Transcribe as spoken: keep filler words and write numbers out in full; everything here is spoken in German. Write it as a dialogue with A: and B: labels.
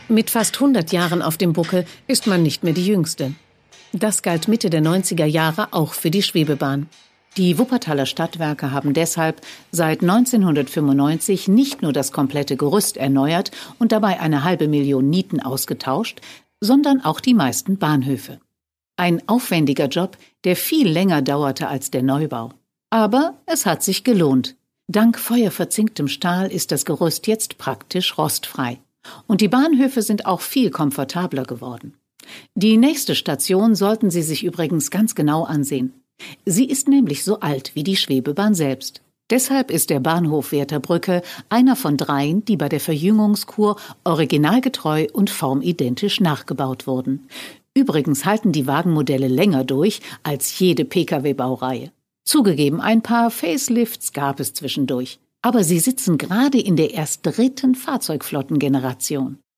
A: Mit fast hundert Jahren auf dem Buckel ist man nicht mehr die Jüngste. Das galt Mitte der neunziger Jahre auch für die Schwebebahn. Die Wuppertaler Stadtwerke haben deshalb seit neunzehnhundertfünfundneunzig nicht nur das komplette Gerüst erneuert und dabei eine halbe Million Nieten ausgetauscht, sondern auch die meisten Bahnhöfe. Ein aufwendiger Job, der viel länger dauerte als der Neubau. Aber es hat sich gelohnt. Dank feuerverzinktem Stahl ist das Gerüst jetzt praktisch rostfrei. Und die Bahnhöfe sind auch viel komfortabler geworden. Die nächste Station sollten Sie sich übrigens ganz genau ansehen. Sie ist nämlich so alt wie die Schwebebahn selbst. Deshalb ist der Bahnhof Wärterbrücke einer von dreien, die bei der Verjüngungskur originalgetreu und formidentisch nachgebaut wurden. Übrigens halten die Wagenmodelle länger durch als jede Pkw-Baureihe. Zugegeben, ein paar Facelifts gab es zwischendurch. Aber sie sitzen gerade in der erst dritten Fahrzeugflottengeneration.